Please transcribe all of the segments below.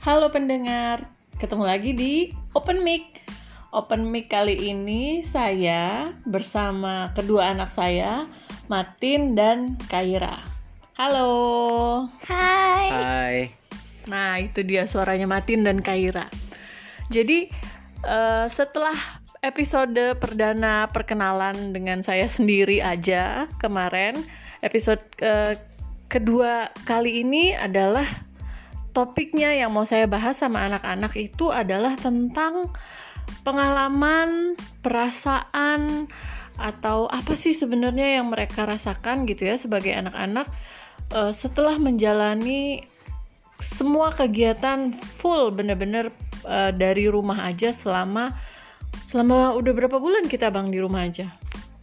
Halo pendengar, ketemu lagi di Open Mic. Open Mic kali ini saya bersama kedua anak saya, Matin dan Kaira. Halo. Hai. Nah, itu dia suaranya Matin dan Kaira. Jadi setelah episode perdana perkenalan dengan saya sendiri aja kemarin, episode kedua kali ini adalah topiknya yang mau saya bahas sama anak-anak itu adalah tentang pengalaman, perasaan, atau apa sih sebenarnya yang mereka rasakan gitu ya sebagai anak-anak setelah menjalani semua kegiatan full bener-bener dari rumah aja selama udah berapa bulan kita Bang di rumah aja?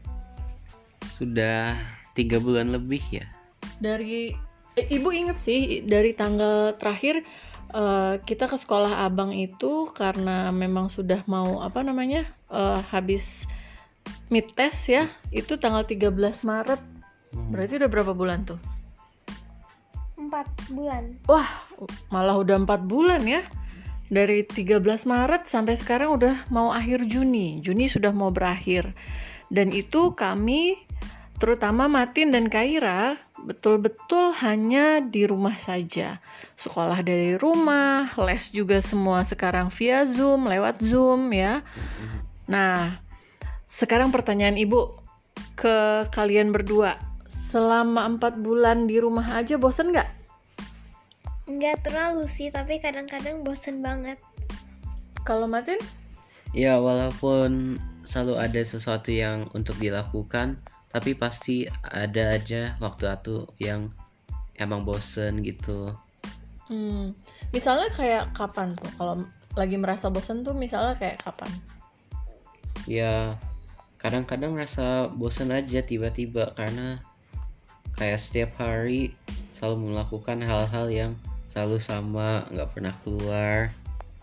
Sudah 3 bulan lebih ya. Dari Ibu inget sih dari tanggal terakhir kita ke sekolah Abang itu karena memang sudah mau habis mid test ya, itu tanggal 13 Maret. Berarti udah berapa bulan tuh? 4 bulan. Wah, malah udah 4 bulan ya. Dari 13 Maret sampai sekarang udah mau akhir Juni. Juni sudah mau berakhir. Dan itu kami, terutama Matin dan Kaira, betul-betul hanya di rumah saja. Sekolah dari rumah, les juga semua sekarang via Zoom, lewat Zoom ya. Nah, sekarang pertanyaan Ibu ke kalian berdua. Selama 4 bulan di rumah aja bosen nggak? Nggak terlalu sih, tapi kadang-kadang bosen banget. Kalau Matin? Ya, walaupun selalu ada sesuatu yang untuk dilakukan, tapi pasti ada aja waktu yang emang bosen gitu. Misalnya kayak kapan tuh? Kalau lagi merasa bosen tuh misalnya kayak kapan? Ya, kadang-kadang rasa bosen aja tiba-tiba karena kayak setiap hari selalu melakukan hal-hal yang selalu sama, nggak pernah keluar.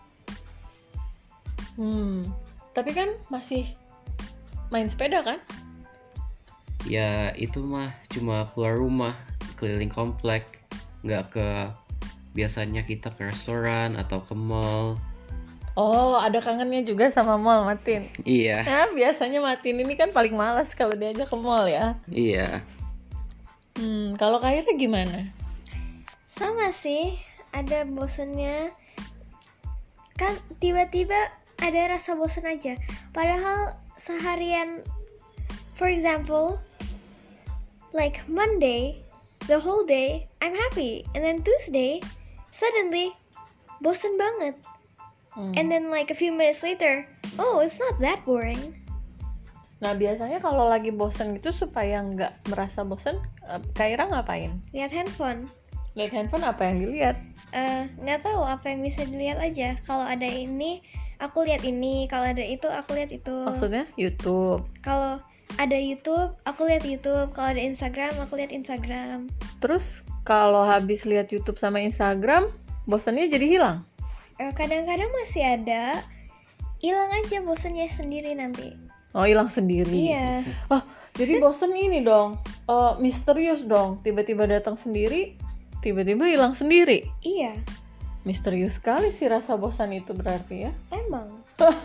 Tapi kan masih main sepeda kan? Ya itu mah cuma keluar rumah, keliling komplek, nggak biasanya kita ke restoran atau ke mall. Oh, ada kangennya juga sama mall Matin. Iya. Ya, biasanya Matin ini kan paling malas kalau diajak ke mall ya. Iya. Kalau Kaira gimana? Sama sih, ada bosennya. Kan tiba-tiba ada rasa bosen aja. Padahal seharian, for example, like Monday, the whole day I'm happy, and then Tuesday suddenly bosen banget. And then like a few minutes later, oh it's not that boring. Nah biasanya kalau lagi bosen gitu supaya nggak merasa bosen, Kaira ngapain? Lihat handphone. Lihat handphone, apa yang dilihat? Nggak tahu apa yang bisa dilihat aja. Kalau ada ini aku lihat ini, kalau ada itu aku lihat itu. Maksudnya YouTube? Kalau ada YouTube, aku lihat YouTube. Kalau ada Instagram, aku lihat Instagram. Terus kalau habis lihat YouTube sama Instagram, bosannya jadi hilang? Kadang-kadang masih ada, hilang aja bosannya sendiri nanti. Oh, hilang sendiri? Iya. Oh, jadi bosan ini dong, misterius dong. Tiba-tiba datang sendiri, tiba-tiba hilang sendiri. Iya. Misterius sekali sih rasa bosan itu berarti ya. Emang.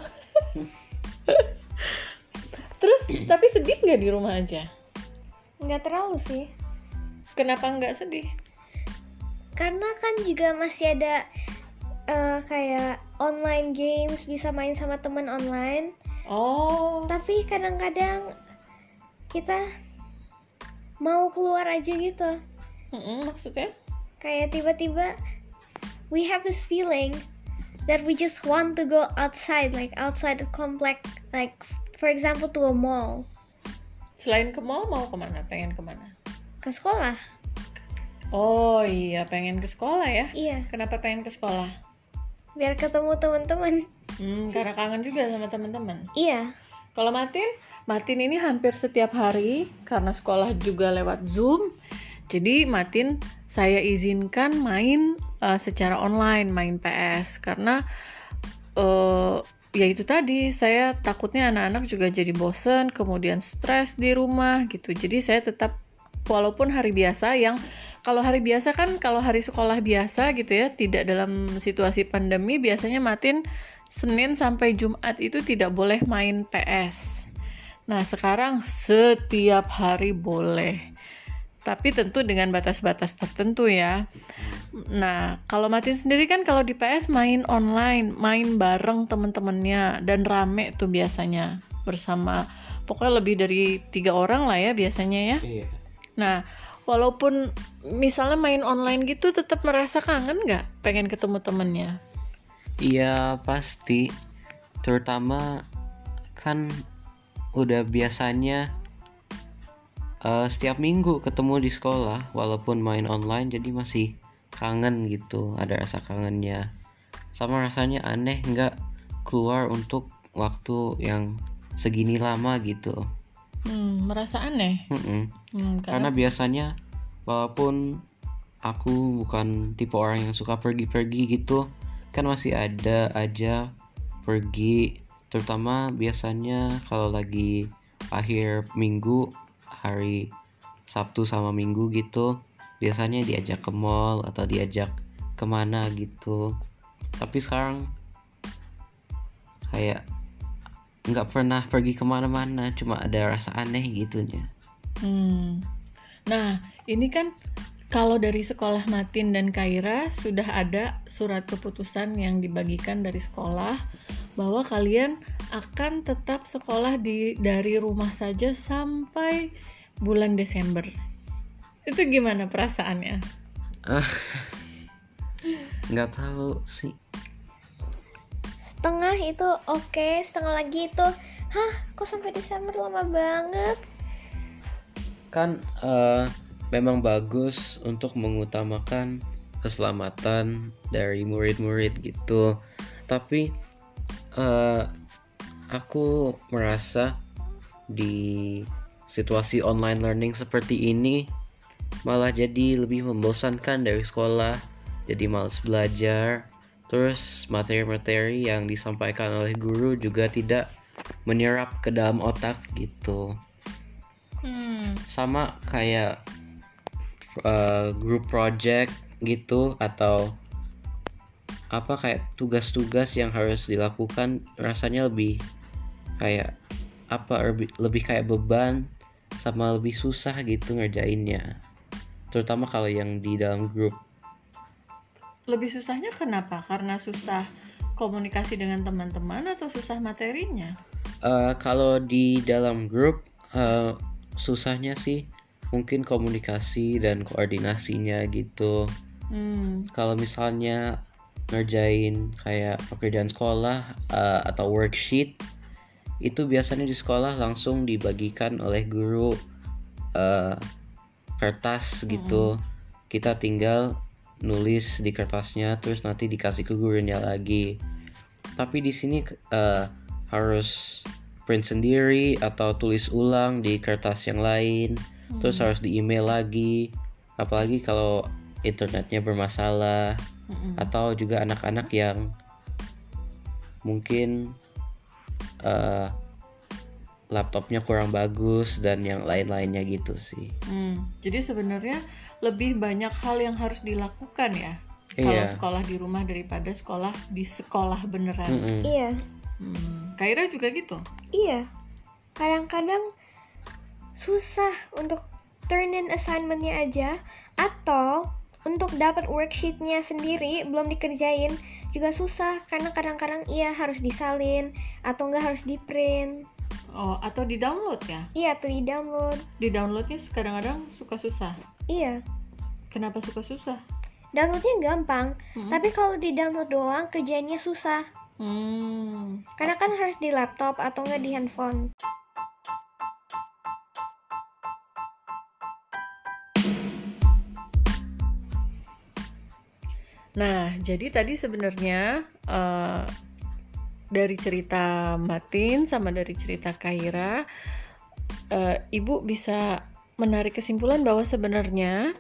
Terus, tapi sedih nggak di rumah aja? Nggak terlalu sih. Kenapa nggak sedih? Karena kan juga masih ada kayak online games, bisa main sama teman online. Oh. Tapi kadang-kadang kita mau keluar aja gitu. Maksudnya? Kayak tiba-tiba we have this feeling that we just want to go outside, like outside the complex, like for example to a mall. Selain ke mall mau kemana? Pengen kemana? Ke sekolah. Oh iya, pengen ke sekolah ya? Iya. Kenapa pengen ke sekolah? Biar ketemu teman-teman. Karena kangen juga sama teman-teman. Iya. Kalau Matin ini hampir setiap hari karena sekolah juga lewat Zoom. Jadi Matin saya izinkan main secara online, main PS karena ya itu tadi, saya takutnya anak-anak juga jadi bosen, kemudian stres di rumah gitu. Jadi saya tetap, walaupun hari biasa yang kalau hari biasa kan, kalau hari sekolah biasa gitu ya, tidak dalam situasi pandemi, biasanya Matin Senin sampai Jumat itu tidak boleh main PS. Nah, sekarang setiap hari boleh. Tapi tentu dengan batas-batas tertentu ya. Nah, kalau Matin sendiri kan kalau di PS main online, main bareng temen-temennya, dan rame tuh biasanya bersama, pokoknya lebih dari 3 orang lah ya biasanya ya. Iya. Nah, walaupun misalnya main online gitu, tetap merasa kangen nggak pengen ketemu temennya? Iya pasti, terutama kan udah biasanya setiap minggu ketemu di sekolah walaupun main online, jadi masih kangen gitu, ada rasa kangennya. Sama rasanya aneh nggak keluar untuk waktu yang segini lama gitu. Merasa aneh. Karena biasanya walaupun aku bukan tipe orang yang suka pergi-pergi gitu, kan masih ada aja pergi, terutama biasanya kalau lagi akhir minggu, hari Sabtu sama Minggu gitu, biasanya diajak ke mall atau diajak kemana gitu. Tapi sekarang kayak nggak pernah pergi kemana-mana, cuma ada rasa aneh gitunya. Nah, ini kan kalau dari sekolah Matin dan Kaira sudah ada surat keputusan yang dibagikan dari sekolah bahwa kalian akan tetap sekolah dari rumah saja sampai bulan Desember. Itu gimana perasaannya? Nggak tahu sih. Setengah itu oke, setengah lagi itu kok sampai Desember lama banget. Kan memang bagus untuk mengutamakan keselamatan dari murid-murid gitu, tapi aku merasa di situasi online learning seperti ini malah jadi lebih membosankan dari sekolah, jadi malas belajar. Terus materi-materi yang disampaikan oleh guru juga tidak menyerap ke dalam otak gitu. Sama kayak group project gitu, atau apa kayak tugas-tugas yang harus dilakukan, rasanya lebih kayak lebih kayak beban sama lebih susah gitu ngerjainnya, terutama kalau yang di dalam grup. Lebih susahnya kenapa? Karena susah komunikasi dengan teman-teman atau susah materinya? Kalau di dalam grup susahnya sih mungkin komunikasi dan koordinasinya gitu. Kalau misalnya ngerjain kayak pekerjaan sekolah atau worksheet, itu biasanya di sekolah langsung dibagikan oleh guru kertas gitu. Kita tinggal nulis di kertasnya, terus nanti dikasih ke gurunya lagi. Tapi di sini harus print sendiri atau tulis ulang di kertas yang lain, terus harus di email lagi, apalagi kalau internetnya bermasalah, atau juga anak-anak yang mungkin laptopnya kurang bagus dan yang lain-lainnya gitu sih. Jadi sebenarnya lebih banyak hal yang harus dilakukan ya kalau sekolah di rumah daripada sekolah di sekolah beneran. Iya. Kaira juga gitu? Iya. Kadang-kadang susah untuk turn in assignment-nya aja, atau untuk dapat worksheet-nya sendiri belum dikerjain juga susah, karena kadang-kadang harus disalin atau enggak harus di print. Oh, atau di download ya? Iya, tuh di download. Di downloadnya kadang-kadang suka susah. Iya. Kenapa suka susah? Downloadnya gampang, tapi kalau di download doang kerjainnya susah. Karena kan harus di laptop atau enggak di handphone. Nah, jadi tadi sebenarnya dari cerita Matin sama dari cerita Kaira, Ibu bisa menarik kesimpulan bahwa sebenarnya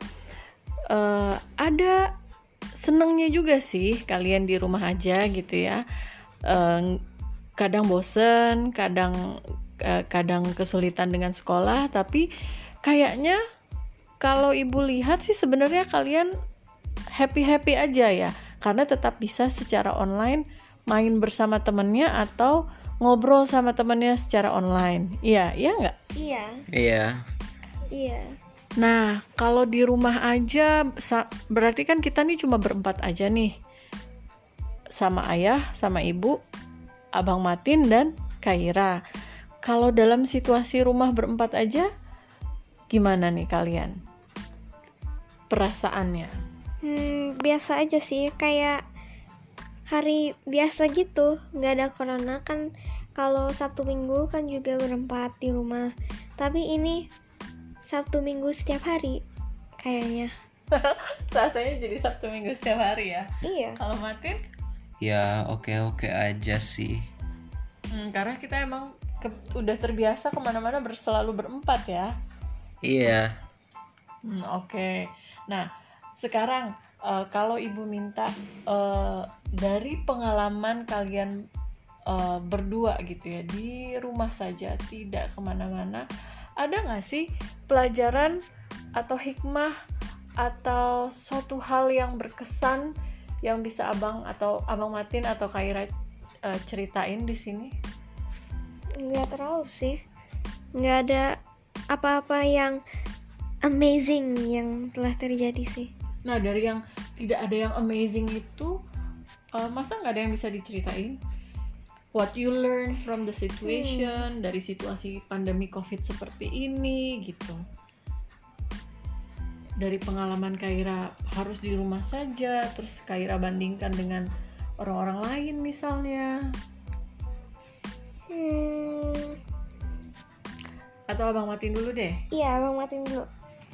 ada senangnya juga sih kalian di rumah aja gitu ya. Kadang bosen, kadang kesulitan dengan sekolah, tapi kayaknya kalau ibu lihat sih sebenarnya kalian happy-happy aja ya, karena tetap bisa secara online main bersama temennya atau ngobrol sama temennya secara online. Iya nggak? Iya. Iya. Iya. Nah, kalau di rumah aja, berarti kan kita nih cuma berempat aja nih. Sama ayah, sama ibu, Abang Matin, dan Kaira. Kalau dalam situasi rumah berempat aja, gimana nih kalian? Perasaannya? Biasa aja sih, kayak hari biasa gitu, nggak ada corona kan. Kalau Sabtu Minggu kan juga berempat di rumah, tapi ini Sabtu Minggu setiap hari kayaknya. Rasanya jadi Sabtu Minggu setiap hari ya? Iya. Kalau Matin? Ya oke aja sih. Karena kita emang udah terbiasa kemana-mana selalu berempat ya. Iya. Oke. Nah, sekarang kalau ibu minta dari pengalaman kalian berdua gitu ya, di rumah saja tidak kemana-mana, ada nggak sih pelajaran atau hikmah atau suatu hal yang berkesan yang bisa Abang Matin atau Kaira ceritain di sini? Nggak terlalu sih, nggak ada apa-apa yang amazing yang telah terjadi sih. Nah, dari yang tidak ada yang amazing itu, masa nggak ada yang bisa diceritain? What you learn from the situation, dari situasi pandemi COVID seperti ini gitu. Dari pengalaman Kaira harus di rumah saja, terus Kaira bandingkan dengan orang-orang lain misalnya. Atau Abang Matin dulu deh. Iya, Abang Matin dulu.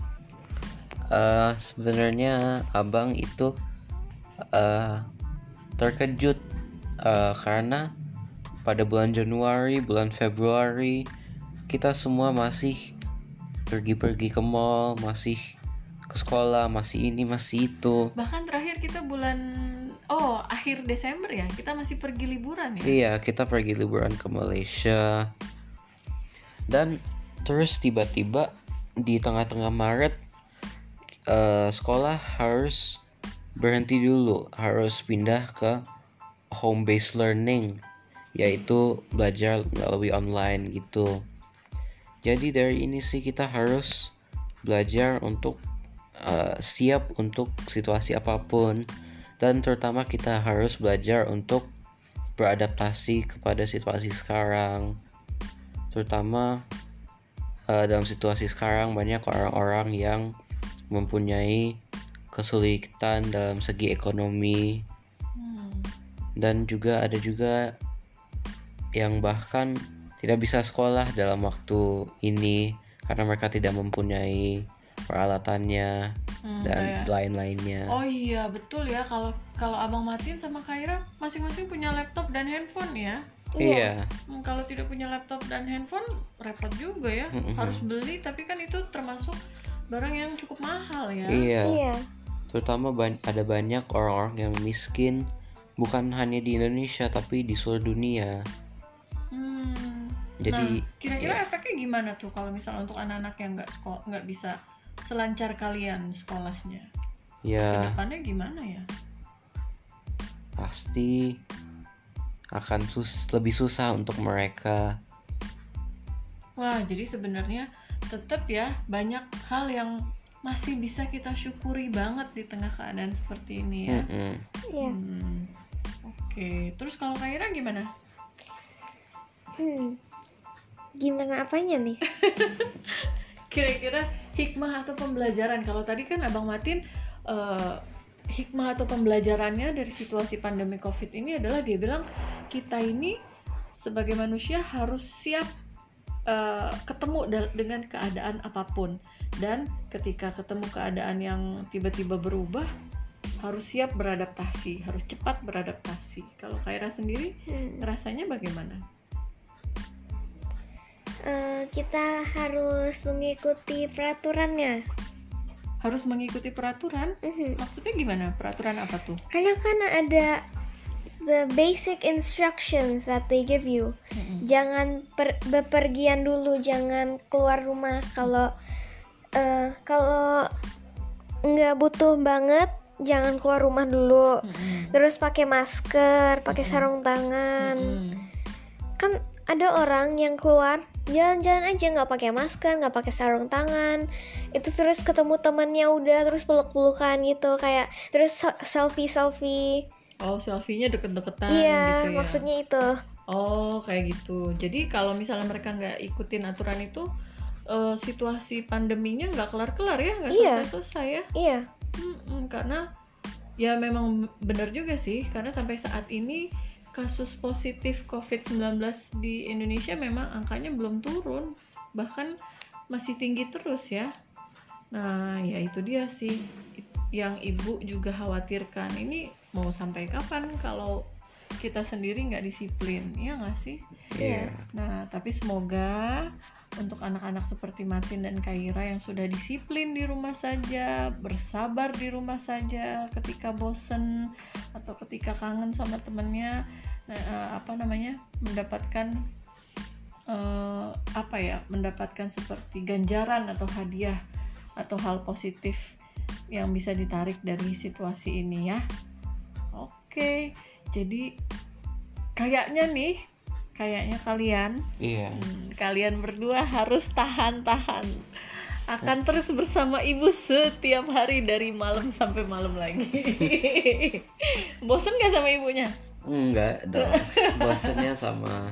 Sebenarnya Abang itu terkejut karena pada bulan Januari, bulan Februari kita semua masih pergi-pergi ke mall, masih ke sekolah, masih ini, masih itu. Bahkan terakhir kita akhir Desember ya, kita masih pergi liburan ya. Iya, kita pergi liburan ke Malaysia. Dan terus tiba-tiba di tengah-tengah Maret sekolah harus berhenti dulu, harus pindah ke home based learning, yaitu belajar melalui online gitu. Jadi dari ini sih kita harus belajar untuk siap untuk situasi apapun, dan terutama kita harus belajar untuk beradaptasi kepada situasi sekarang. Terutama dalam situasi sekarang banyak orang-orang yang mempunyai kesulitan dalam segi ekonomi, dan juga ada juga yang bahkan tidak bisa sekolah dalam waktu ini karena mereka tidak mempunyai peralatannya dan lain-lainnya. Oh iya, betul ya, kalau Abang Matin sama Kaira masing-masing punya laptop dan handphone ya. Iya. Kalau tidak punya laptop dan handphone repot juga ya. Harus beli, tapi kan itu termasuk barang yang cukup mahal ya. Iya. Terutama ada banyak orang-orang yang miskin, bukan hanya di Indonesia tapi di seluruh dunia. Jadi kira-kira efeknya gimana tuh kalau misalnya untuk anak-anak yang nggak bisa selancar kalian sekolahnya? Ya, kedepannya gimana ya? Pasti akan lebih susah untuk mereka. Wah, jadi sebenarnya tetap ya banyak hal yang masih bisa kita syukuri banget di tengah keadaan seperti ini ya. Iya. Oke, terus kalau Kaira gimana? Gimana apanya nih? Kira-kira hikmah atau pembelajaran. Kalau tadi kan Abang Matin hikmah atau pembelajarannya dari situasi pandemi COVID ini adalah dia bilang kita ini sebagai manusia harus siap ketemu dengan keadaan apapun, dan ketika ketemu keadaan yang tiba-tiba berubah harus siap beradaptasi, harus cepat beradaptasi. Kalau Kaira sendiri rasanya bagaimana? Kita harus mengikuti peraturannya. Harus mengikuti peraturan? Maksudnya gimana? Peraturan apa tuh? Karena kan ada the basic instructions that they give you. Jangan bepergian dulu, jangan keluar rumah kalau kalau nggak butuh banget jangan keluar rumah dulu. Terus pakai masker, pakai sarung tangan. Kan ada orang yang keluar jalan-jalan aja nggak pakai masker, nggak pakai sarung tangan, itu terus ketemu temannya udah terus peluk-pelukan gitu, kayak terus selfie. Oh, selfie-nya deket-deketan Iya, gitu ya. maksudnya itu. Oh, kayak gitu. Jadi kalau misalnya mereka nggak ikutin aturan itu, situasi pandeminya nggak kelar-kelar ya, nggak Iya. selesai-selesai ya. Iya. Karena ya memang benar juga sih, karena sampai saat ini kasus positif COVID-19 di Indonesia memang angkanya belum turun, bahkan masih tinggi terus ya. Nah, ya itu dia sih yang ibu juga khawatirkan. Ini mau sampai kapan kalau kita sendiri nggak disiplin, ya nggak sih? Iya. Nah, tapi semoga untuk anak-anak seperti Matin dan Kaira yang sudah disiplin di rumah saja, bersabar di rumah saja ketika bosen atau ketika kangen sama temennya, mendapatkan mendapatkan seperti ganjaran atau hadiah atau hal positif yang bisa ditarik dari situasi ini ya. Oke, jadi kayaknya kalian berdua harus tahan akan terus bersama ibu setiap hari dari malam sampai malam lagi. Bosen gak sama ibunya? Enggak dong. Bosennya sama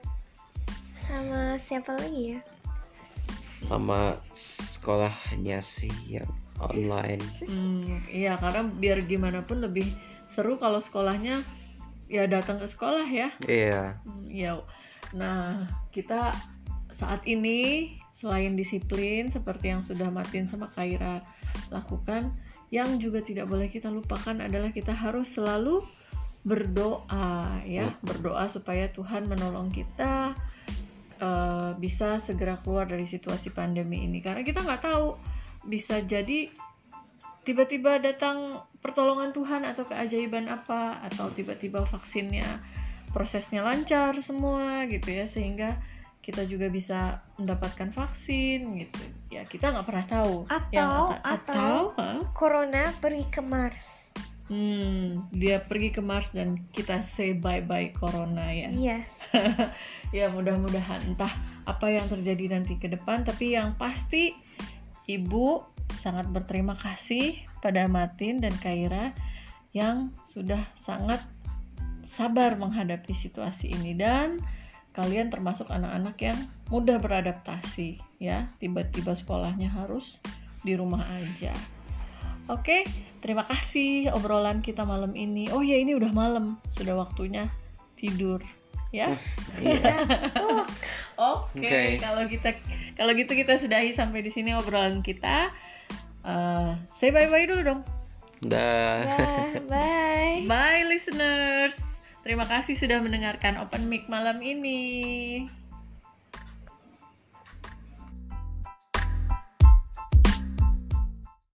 siapa lagi ya? sama sekolahnya sih yang online. Iya, karena biar gimana pun lebih seru kalau sekolahnya ya datang ke sekolah ya. Iya. Ya. Nah, kita saat ini selain disiplin seperti yang sudah Matin sama Kaira lakukan, yang juga tidak boleh kita lupakan adalah kita harus selalu berdoa ya, berdoa supaya Tuhan menolong kita bisa segera keluar dari situasi pandemi ini, karena kita nggak tahu, bisa jadi tiba-tiba datang pertolongan Tuhan atau keajaiban apa, atau tiba-tiba vaksinnya prosesnya lancar semua gitu ya, sehingga kita juga bisa mendapatkan vaksin gitu ya, kita nggak pernah tahu. Atau Corona pergi ke Mars. Dia pergi ke Mars dan kita say bye-bye Corona ya. Yes. Ya mudah-mudahan entah apa yang terjadi nanti ke depan, tapi yang pasti Ibu sangat berterima kasih pada Matin dan Kaira yang sudah sangat sabar menghadapi situasi ini, dan kalian termasuk anak-anak yang mudah beradaptasi ya, tiba-tiba sekolahnya harus di rumah aja. Oke, terima kasih obrolan kita malam ini. Oh ya, ini udah malam, sudah waktunya tidur ya. Oke. Kalau gitu kita sudahi sampai di sini obrolan kita. Say bye-bye dulu dong. Bye. Bye listeners. Terima kasih sudah mendengarkan Open Mic malam ini.